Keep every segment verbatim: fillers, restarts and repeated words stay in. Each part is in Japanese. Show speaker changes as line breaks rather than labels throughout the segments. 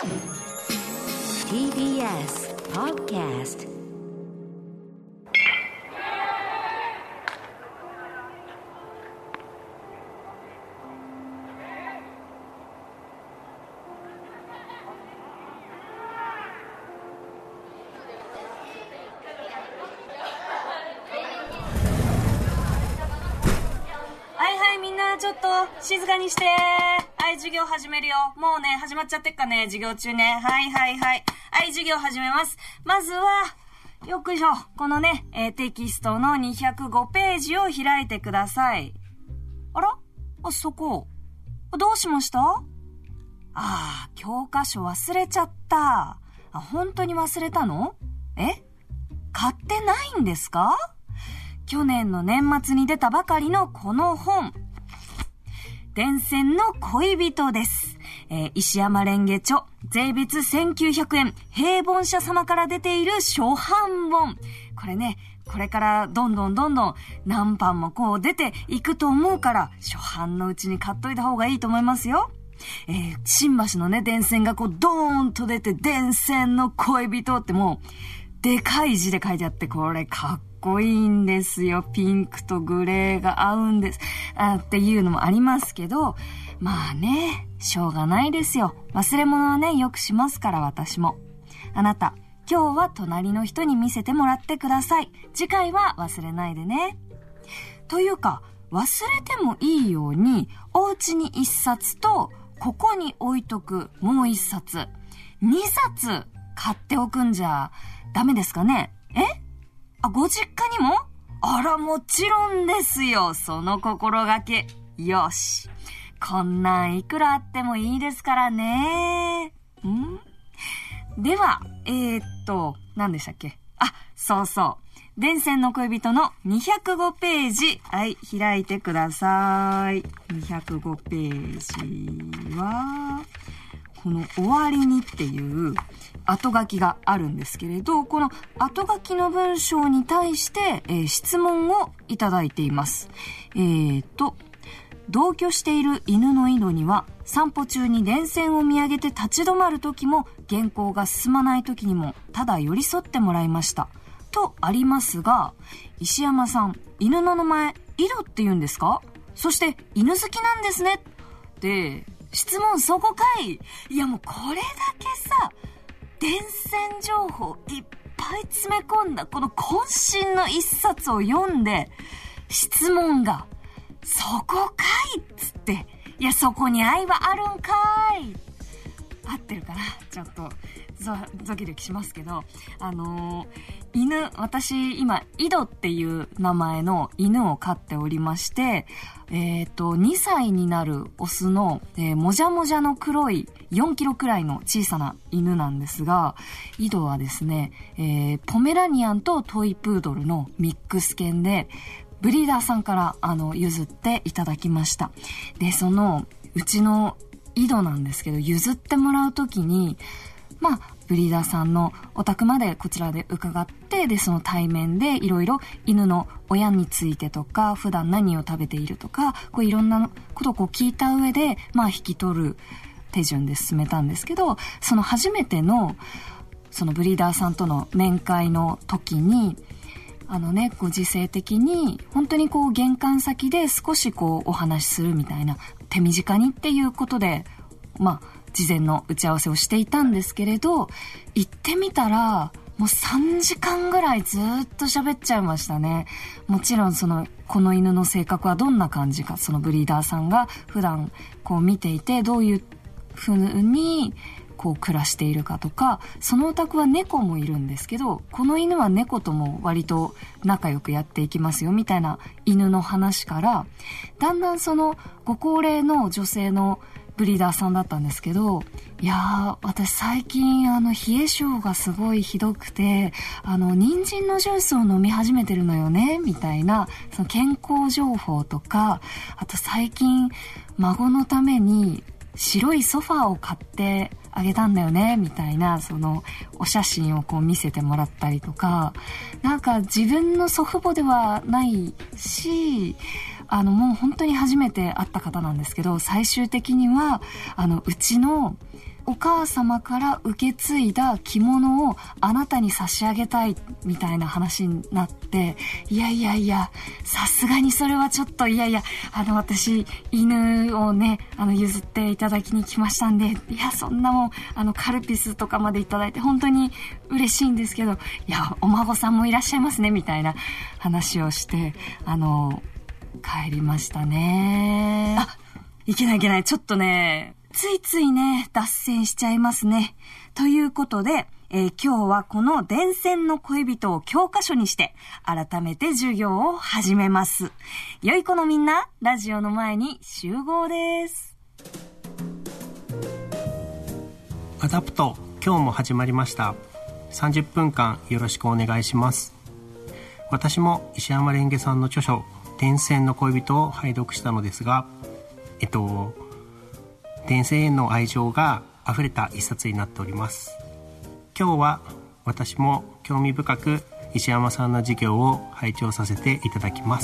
ティービーエス Podcast。
ちょっと静かにして。はい、授業始めるよ。もうね、始まっちゃってっかね、授業中ね。はいはいはい。はい、授業始めます。まずは、よくしょ。このね、えー、テキストのにひゃくごページを開いてください。あら？あ、そこ。どうしました？ああ、教科書忘れちゃった。あ、本当に忘れたの？え？買ってないんですか？去年の年末に出たばかりのこの本。電線の恋人です。えー、石山蓮華著、税別せんきゅうひゃくえん、平凡社様から出ている初版本。これね、これからどんどんどんどん何版もこう出ていくと思うから、初版のうちに買っといた方がいいと思いますよ。えー、新橋のね、電線がこうドーンと出て、電線の恋人ってもう、でかい字で書いてあって、これかっこいい。かっこいいんですよ。ピンクとグレーが合うんですあっていうのもありますけど、まあね、しょうがないですよ。忘れ物はね、よくしますから。私も。あなた、今日は隣の人に見せてもらってください。次回は忘れないでね。というか、忘れてもいいように、お家に一冊とここに置いとくもう一冊、二冊買っておくんじゃダメですかね。え？あ、ご実家にも？あら、もちろんですよ。その心がけ。よし。こんなんいくらあってもいいですからね。ん？では、えー、っと、何でしたっけ？あ、そうそう。電線の恋人のにひゃくごページ。はい、開いてください。にひゃくごページは、この終わりにっていう後書きがあるんですけれど、この後書きの文章に対して、えー、質問をいただいています。えーと、同居している犬の井戸には散歩中に電線を見上げて立ち止まる時も原稿が進まない時にもただ寄り添ってもらいましたとありますが、石山さん、犬の名前井戸って言うんですか？そして犬好きなんですねって質問そこかい。いやもうこれだけさ、電線情報いっぱい詰め込んだこの渾身の一冊を読んで、質問がそこかいっつって、いやそこに愛はあるんかい。合ってるかな、ちょっとゾドキドキしますけど、あのー、犬、私今井戸っていう名前の犬を飼っておりまして、えっとにさいになるオスの、えー、もじゃもじゃの黒いよんキロくらいの小さな犬なんですが、井戸はですね、えー、ポメラニアンとトイプードルのミックス犬で、ブリーダーさんからあの譲っていただきました。で、そのうちの井戸なんですけど、譲ってもらうときに、まあブリーダーさんのお宅までこちらで伺って、でその対面でいろいろ犬の親についてとか、普段何を食べているとか、こういろんなことをこう聞いた上で、まあ引き取る手順で進めたんですけど、その初めてのそのブリーダーさんとの面会の時に、あのね、ご時世的に本当にこう玄関先で少しこうお話しするみたいな、手短にっていうことで、まあ事前の打ち合わせをしていたんですけれど、行ってみたらもうさんじかんぐらいずっと喋っちゃいましたね。もちろんそのこの犬の性格はどんな感じか、そのブリーダーさんが普段こう見ていてどういう風にこう暮らしているかとか、そのお宅は猫もいるんですけど、この犬は猫とも割と仲良くやっていきますよみたいな犬の話から、だんだんそのご高齢の女性のブリーダーさんだったんですけど、いやー、私最近あの冷え性がすごいひどくて、あの人参のジュースを飲み始めてるのよねみたいな、その健康情報とか、あと最近孫のために白いソファーを買ってあげたんだよねみたいな、そのお写真をこう見せてもらったりとか、なんか自分の祖父母ではないし、あのもう本当に初めて会った方なんですけど、最終的にはあのうちの
お母様から受け継いだ着物をあなたに差し上げたいみたいな話になって、いやいやいや、さすがにそれはちょっと、いやいや、あの私犬をね、あの譲っていただきに来ましたんで、いやそんなもん、あのカルピスとかまでいただいて本当に嬉しいんですけど、いやお孫さんもいらっしゃいますねみたいな話をして、あの帰りましたね。
あ、いけないいけない、ちょっとねついついね脱線しちゃいますね。ということで、えー、今日はこの電線の恋人を教科書にして改めて授業を始めます。良い子のみんな、ラジオの前に集合です。
アダプト、今日も始まりました。さんじゅっぷんかんよろしくお願いします。私も石山レンゲさんの著書電線の恋人を拝読したのですが、えっと電線への愛情があふれた一冊になっております。今日は私も興味深く石山さんの授業を拝聴させていただきます。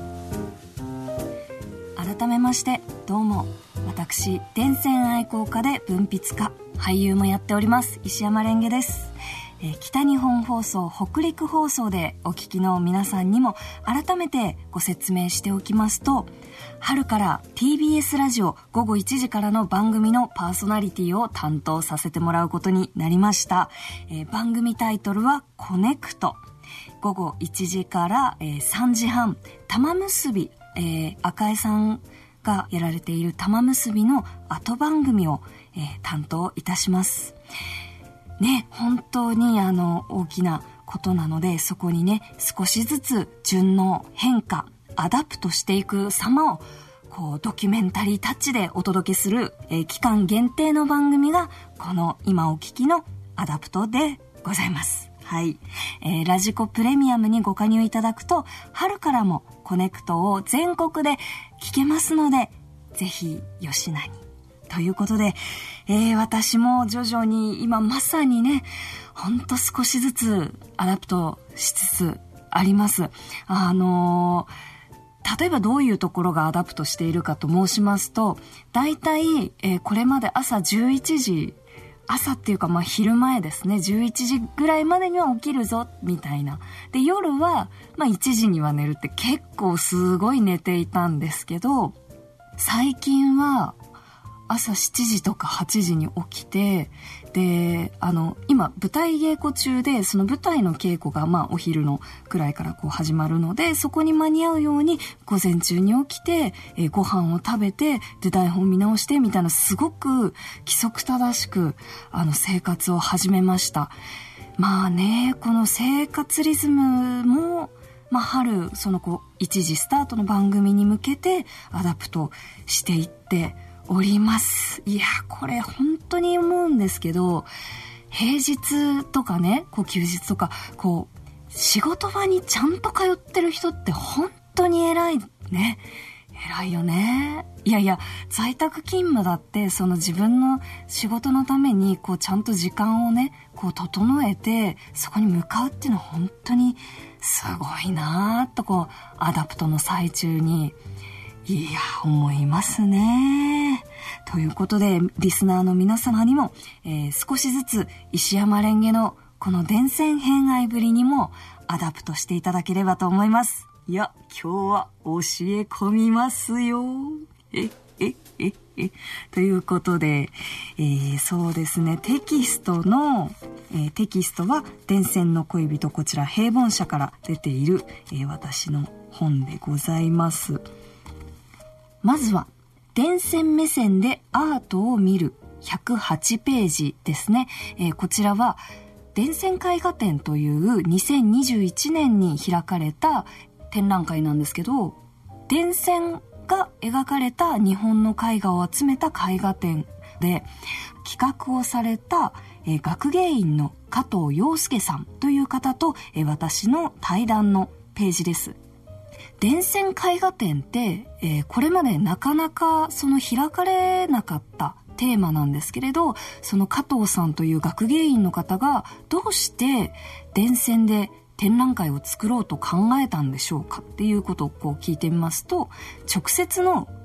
改めましてどうも、私電線愛好家で文筆家、俳優もやっております石山レンゲです。えー、北日本放送、北陸放送でお聞きの皆さんにも改めてご説明しておきますと、春から ティービーエス ラジオごごいちじからの番組のパーソナリティを担当させてもらうことになりました。えー、番組タイトルはコネクト。ごごいちじから、えー、さんじはん、玉結び、えー、赤江さんがやられている玉結びの後番組を、えー、担当いたしますね。本当にあの大きなことなので、そこにね少しずつ順の変化、アダプトしていく様をこうドキュメンタリータッチでお届けする、えー、期間限定の番組がこの今お聞きのアダプトでございます。はい、えー、ラジコプレミアムにご加入いただくと春からもコネクトを全国で聞けますので、ぜひよしなにということで、えー、私も徐々に今まさにね、ほんと少しずつアダプトしつつあります。あのー、例えばどういうところがアダプトしているかと申しますと、だいたい、えー、これまで朝じゅういちじ、朝っていうかまあ昼前ですね、じゅういちじぐらいまでには起きるぞみたいな。で夜はまあいちじには寝るって結構すごい寝ていたんですけど、最近は朝しちじとかはちじに起きて、であの今舞台稽古中で、その舞台の稽古がまあお昼のくらいからこう始まるので、そこに間に合うように午前中に起きて、えー、ご飯を食べて、で台本見直してみたいな、すごく規則正しくあの生活を始めました。まあね、この生活リズムもまあ、春そのこういちじスタートの番組に向けてアダプトしていっております。いやこれ本当に思うんですけど、平日とかね、こう休日とかこう仕事場にちゃんと通ってる人って本当に偉いね。偉いよね。いやいや、在宅勤務だってその自分の仕事のためにこうちゃんと時間をねこう整えてそこに向かうっていうのは本当にすごいなと、こうアダプトの最中にいや思いますね。ということでリスナーの皆様にも、えー、少しずつ石山レンゲのこの電線偏愛ぶりにもアダプトしていただければと思います。いや今日は教え込みますよ。ええええということで、えー、そうですね、テキストの、えー、テキストは電線の恋人、こちら平凡社から出ている、えー、私の本でございます。まずは電線目線でアートを見るひゃくはちページですね。えー、こちらは電線絵画展というにせんにじゅういちねんに開かれた展覧会なんですけど、電線が描かれた日本の絵画を集めた絵画展で、企画をされた、えー、学芸員の加藤陽介さんという方と、えー、私の対談のページです。電線絵画展って、えー、これまでなかなかその開かれなかったテーマなんですけれど、その加藤さんという学芸員の方がどうして電線で展覧会を作ろうと考えたんでしょうかっていうことをこう聞いてみますと、直接の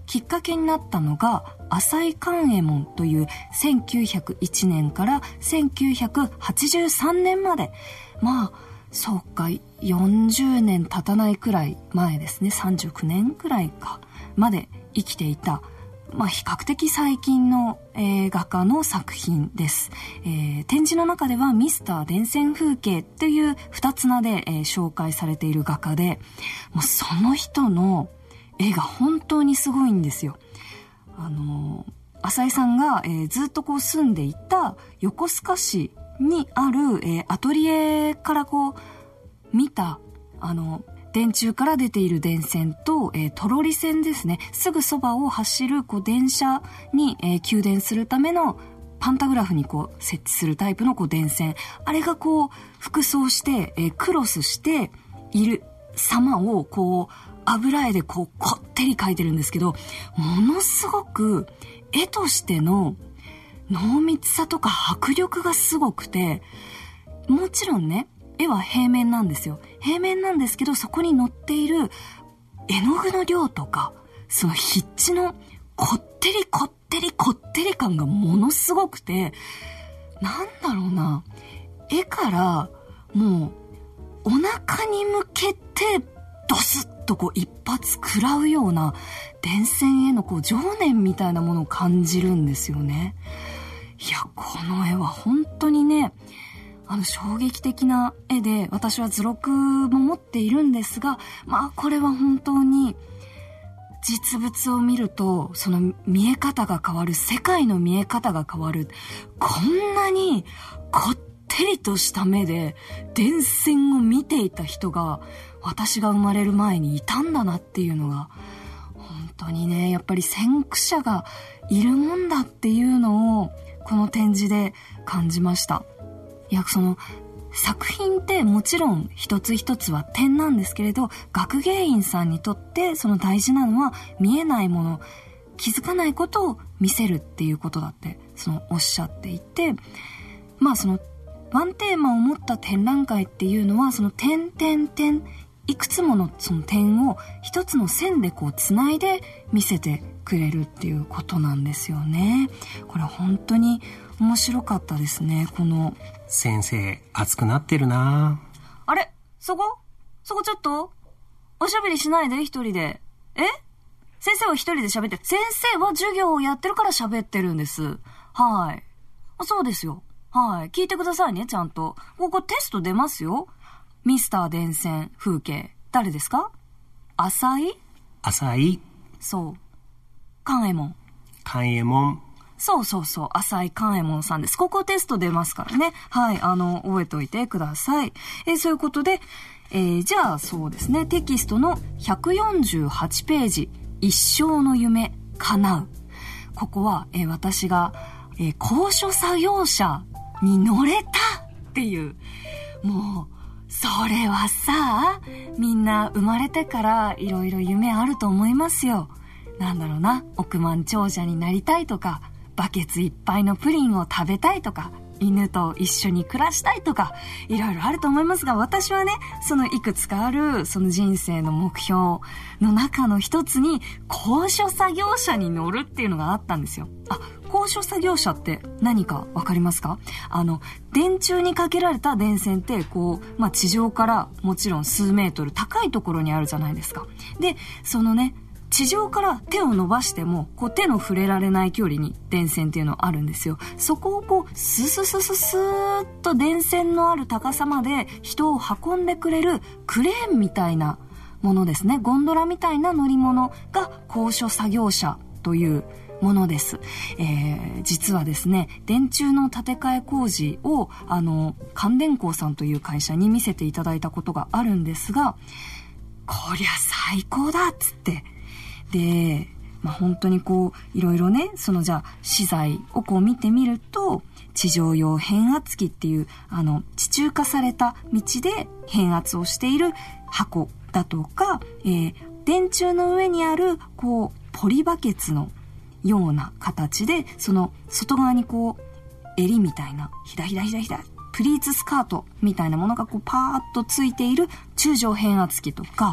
きっかけになったのが浅井寛右衛門というせんきゅうひゃくいちねんからせんきゅうひゃくはちじゅうさんねんまで、まあそうかよんじゅうねん経たないくらい前ですね、さんじゅうきゅうねんくらいかまで生きていた、まあ比較的最近の、えー、画家の作品です。えー、展示の中ではミスター電線風景という二つ名で、えー、紹介されている画家で、もうその人の絵が本当にすごいんですよ。あのー、浅井さんが、えー、ずっとこう住んでいた横須賀市にある、えー、アトリエからこう見たあの電柱から出ている電線と、えー、トロリ線ですね、すぐそばを走るこう電車に、えー、給電するためのパンタグラフにこう設置するタイプのこう電線、あれがこう服装して、えー、クロスしている様をこう油絵でこうこってり描いてるんですけど、ものすごく絵としての濃密さとか迫力がすごくて、もちろんね絵は平面なんですよ。平面なんですけど、そこに載っている絵の具の量とかその筆致のこってりこってりこってり感がものすごくて、なんだろうな、絵からもうお腹に向けてドスッとこう一発食らうような電線へのこう情念みたいなものを感じるんですよね。いや、この絵は本当にね、あの衝撃的な絵で、私は図録も持っているんですが、まあこれは本当に実物を見るとその見え方が変わる、世界の見え方が変わる。こんなにこってりとした目で電線を見ていた人が私が生まれる前にいたんだなっていうのが、本当にね、やっぱり先駆者がいるもんだっていうのをこの展示で感じました。いや、その作品ってもちろん一つ一つは点なんですけれど、学芸員さんにとってその大事なのは見えないもの、気づかないことを見せるっていうことだってそのおっしゃっていて、まあそのワンテーマを持った展覧会っていうのはその点点点いくつものその点を一つの線でこうつないで見せてくれるっていうことなんですよね。これ本当に面白かったですね。この
先生熱くなってるな。
あれ、そこそこちょっとおしゃべりしないで一人で。え、先生は一人で喋ってる。先生は授業をやってるから喋ってるんです。はい、あ、そうですよ。はい、聞いてくださいね、ちゃんと。ここテスト出ますよ。ミスター電線風景、誰ですか？浅井？
浅井。
そう、寛右衛門。
寛右衛門。
そうそうそう、浅井寛右衛門さんです。ここテスト出ますからね。はい、あの、覚えておいてください。えー、そういうことで、えー、じゃあそうですね、テキストのひゃくよんじゅうはちページ、一生の夢叶う。ここは、えー、私が、えー、高所作業車に乗れたっていう、もう、それはさ、みんな生まれてからいろいろ夢あると思いますよ。なんだろうな、億万長者になりたいとか、バケツいっぱいのプリンを食べたいとか、犬と一緒に暮らしたいとか、いろいろあると思いますが、私はね、そのいくつかあるその人生の目標の中の一つに高所作業車に乗るっていうのがあったんですよ。あ、高所作業車って何かわかりますか？あの電柱にかけられた電線ってこう、まあ、地上からもちろん数メートル高いところにあるじゃないですか。で、そのね、地上から手を伸ばしてもこう手の触れられない距離に電線っていうのあるんですよ。そこをこうスススススーッと電線のある高さまで人を運んでくれるクレーンみたいなものですね。ゴンドラみたいな乗り物が高所作業車というものです。えー、実はですね、電柱の建て替え工事をあの関電工さんという会社に見せていただいたことがあるんですが、こりゃ最高だっつってで、まあ、本当にこういろいろね、そのじゃあ資材をこう見てみると、地上用変圧器っていうあの地中化された道で変圧をしている箱だとか、えー、電柱の上にあるこうポリバケツのような形で、その外側にこう襟みたいなひだひだひだひだプリーツスカートみたいなものがこうパーッとついている中上変圧器とか、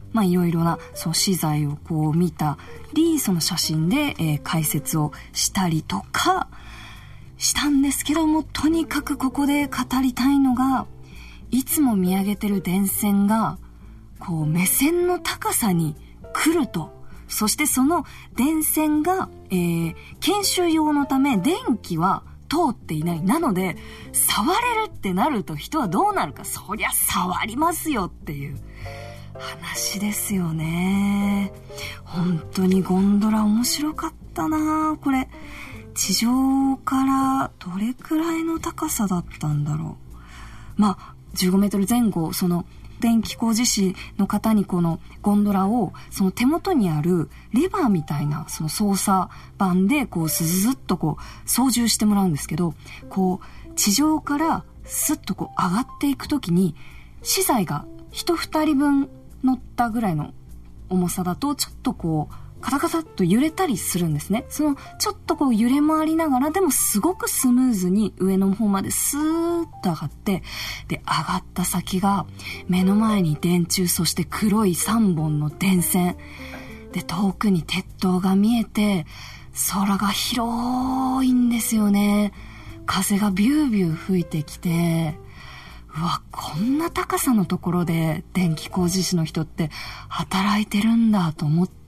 まあいろいろなそう資材をこう見たり、その写真で、えー、解説をしたりとかしたんですけども、とにかくここで語りたいのが、いつも見上げてる電線がこう目線の高さに来ると、そしてその電線が、えー、研修用のため電気は通っていない。なので触れるってなると人はどうなるか、そりゃ触りますよっていう話ですよね。本当にゴンドラ面白かったな。これ地上からどれくらいの高さだったんだろう。まあじゅうごメートル前後、その電気工事士の方にこのゴンドラをその手元にあるレバーみたいなその操作盤でこうスズズッとこう操縦してもらうんですけど、こう地上からスッとこう上がっていくときに資材が人二人分乗ったぐらいの重さだとちょっとこうカタカタっと揺れたりするんですね。そのちょっとこう揺れ回りながら、でもすごくスムーズに上の方までスーッと上がって、で上がった先が目の前に電柱、そして黒いさんぼんの電線で、遠くに鉄塔が見えて、空が広いんですよね。風がビュービュー吹いてきて、うわ、こんな高さのところで電気工事士の人って働いてるんだと思って、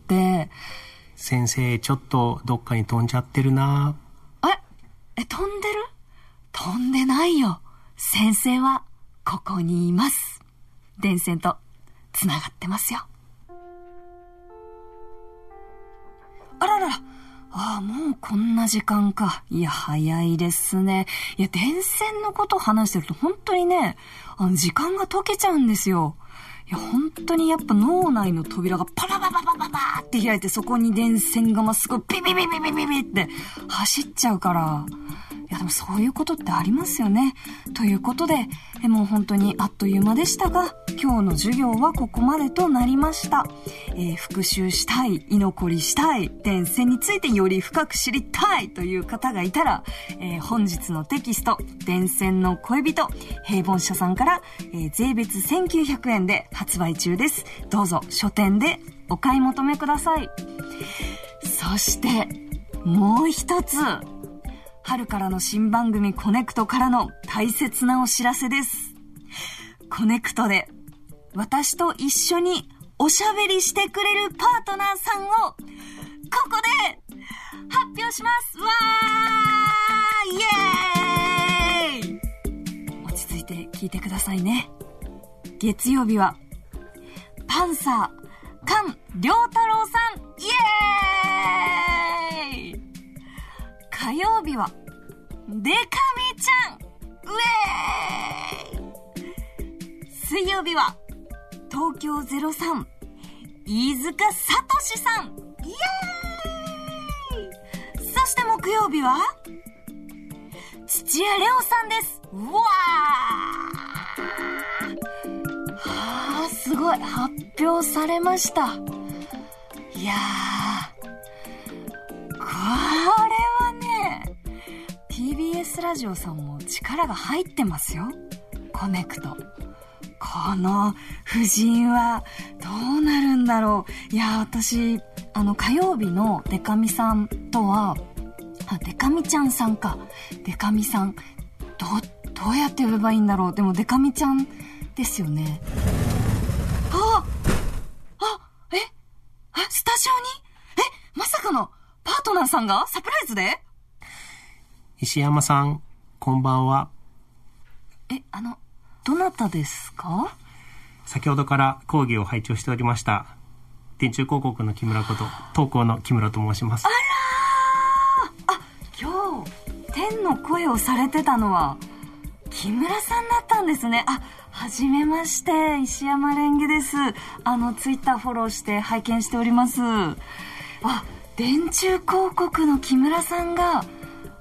先生ちょっとどっかに飛んじゃってるな。
ええ飛んでる？飛んでないよ。先生はここにいます。電線とつながってますよ。あららら、ああ、もうこんな時間か。いや、早いですね。いや、電線のことを話してると本当にね、あの時間が解けちゃうんですよ。いや、本当にやっぱ脳内の扉がパラパラパラパラって開いて、そこに電線がまっすぐビビビビビビビって走っちゃうから。いや、でもそういうことってありますよね。ということで、えもう本当にあっという間でしたが、今日の授業はここまでとなりました。えー、復習したい、居残りしたい、電線についてより深く知りたいという方がいたら、えー、本日のテキスト、電線の恋人、平凡社さんから、えー、税別せんきゅうひゃくえんで発売中です。どうぞ書店でお買い求めください。そして、もう一つ、春からの新番組コネクトからの大切なお知らせです。コネクトで私と一緒におしゃべりしてくれるパートナーさんをここで発表します。わー、イエーイ。落ち着いて聞いてくださいね。月曜日はパンサー菅良太郎さん、イエーイ。火曜日はデカミちゃん、ウェーイ。水曜日は東京ゼロさん飯塚聡さん、イエーイ。そして木曜日は土屋レオさんです。うわー、はー、すごい、発表されました。いやー、これはね、ティービーエス ラジオさんも力が入ってますよ。コネクト、この夫人はどうなるんだろう。いや、私あの火曜日のデカミさんとは、あ、デカミちゃんさんか、デカミさん、どうどうやって呼べばいいんだろう。でもデカミちゃんですよね。ああえあスタジオにえまさかのパートナーさんがサプライズで。
石山さん、こんばんは。
え、あのどなたですか？
先ほどから講義を拝聴しておりました電柱広告の木村こと、東光の木村と申します。
あらー、あ、今日天の声をされてたのは木村さんだったんですね。あ、はじめまして、石山レンゲです。あのツイッターフォローして拝見しております。あ、電柱広告の木村さんが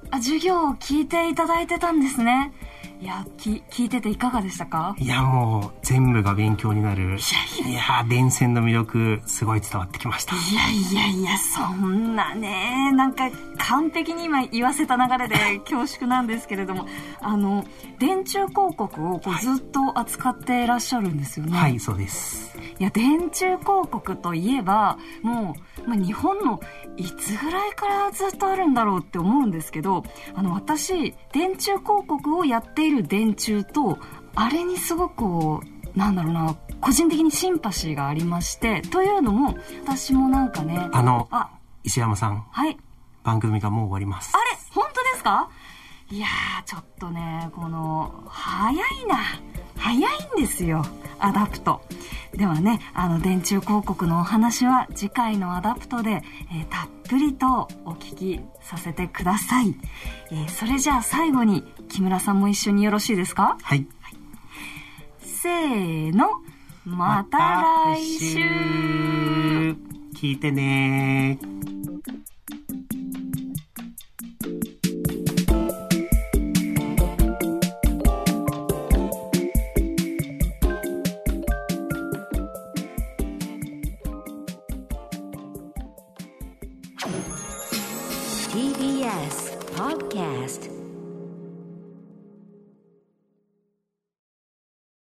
あ、授業を聞いていただいてたんですね。いや、き聞いてていかがでしたか？
いや、もう全部が勉強になる。いや
いや
いや、電線の魅力すごい伝わってきました。
いやいやいや、そんなね、なんか完璧に今言わせた流れで恐縮なんですけれども、あの電柱広告をこうずっと扱っていらっしゃるんですよね。
はい、そうです。
いや、電柱広告といえばもう、まあ、日本のいつぐらいからずっとあるんだろうって思うんですけど、あの私電柱広告をやっている電柱とあれにすごくこうなんだろうな、個人的にシンパシーがありまして、というのも私もなんかね、
あの
あ
石山さん、
はい、
番組がもう終わります。
あれ本当ですか？いやー、ちょっとね、この早いな早いんですよ、アダプトではね。あの電柱広告のお話は次回のアダプトで、えー、たっぷりとお聞きさせてください。えー、それじゃあ最後に木村さんも一緒によろしいですか？
はい、
はい、せーの、また来週。
聞いてねー。